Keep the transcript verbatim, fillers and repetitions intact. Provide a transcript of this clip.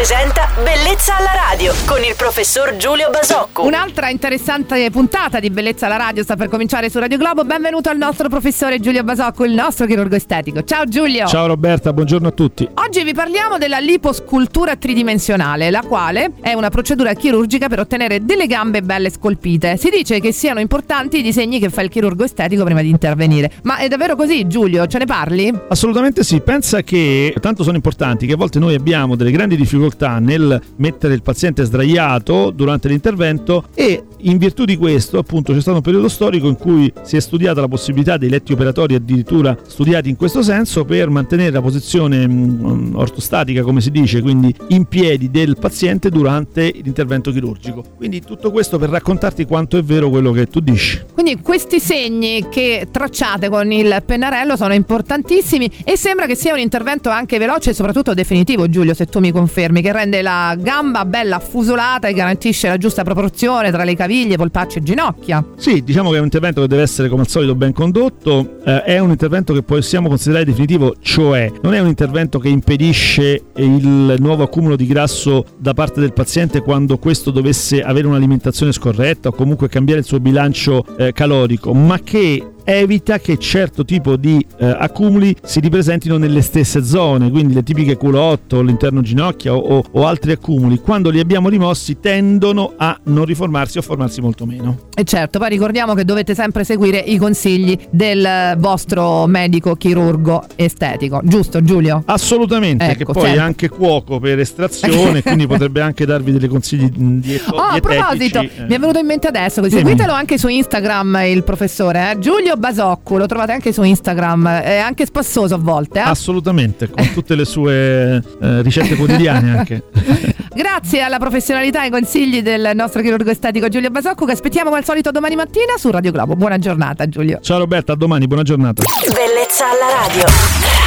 presenta Bellezza alla radio con il professor Giulio Basocco. Un'altra interessante puntata di Bellezza alla radio sta per cominciare su Radio Globo. Benvenuto al nostro professore Giulio Basocco, il nostro chirurgo estetico. Ciao Giulio. Ciao Roberta, buongiorno a tutti. Oggi vi parliamo della liposcultura tridimensionale, la quale è una procedura chirurgica per ottenere delle gambe belle scolpite. Si dice che siano importanti i disegni che fa il chirurgo estetico prima di intervenire. Ma è davvero così, Giulio? Ce ne parli? Assolutamente sì, pensa che tanto sono importanti che a volte noi abbiamo delle grandi difficoltà nel mettere il paziente sdraiato durante l'intervento e in virtù di questo appunto c'è stato un periodo storico in cui si è studiata la possibilità dei letti operatori addirittura studiati in questo senso per mantenere la posizione mh, ortostatica, come si dice, quindi in piedi del paziente durante l'intervento chirurgico. Quindi tutto questo per raccontarti quanto è vero quello che tu dici. Quindi questi segni che tracciate con il pennarello sono importantissimi e sembra che sia un intervento anche veloce e soprattutto definitivo, Giulio, se tu mi confermi, che rende la gamba bella affusolata e garantisce la giusta proporzione tra le caviglie, polpacci e ginocchia. Sì, diciamo che è un intervento che deve essere come al solito ben condotto, eh, è un intervento che possiamo considerare definitivo, cioè non è un intervento che impedisce il nuovo accumulo di grasso da parte del paziente quando questo dovesse avere un'alimentazione scorretta o comunque cambiare il suo bilancio eh, calorico, ma che evita che certo tipo di eh, accumuli si ripresentino nelle stesse zone, quindi le tipiche culotto, l'interno ginocchia o, o, o altri accumuli, quando li abbiamo rimossi tendono a non riformarsi o formarsi molto meno. E certo, poi ricordiamo che dovete sempre seguire i consigli del vostro medico chirurgo estetico, giusto Giulio? Assolutamente, ecco, che poi sempre. È anche cuoco per estrazione, quindi potrebbe anche darvi dei consigli dieto- oh, dietetici. A proposito, eh. mi è venuto in mente adesso, così seguitelo anche su Instagram il professore, eh? Giulio Basocco, lo trovate anche su Instagram, è anche spassoso a volte, eh? Assolutamente, con tutte le sue eh, ricette quotidiane anche. Grazie alla professionalità e ai consigli del nostro chirurgo estetico Giulio Basocco, che aspettiamo come al solito domani mattina su Radio Globo. Buona giornata Giulio. Ciao Roberta, a domani, buona giornata. Bellezza alla radio.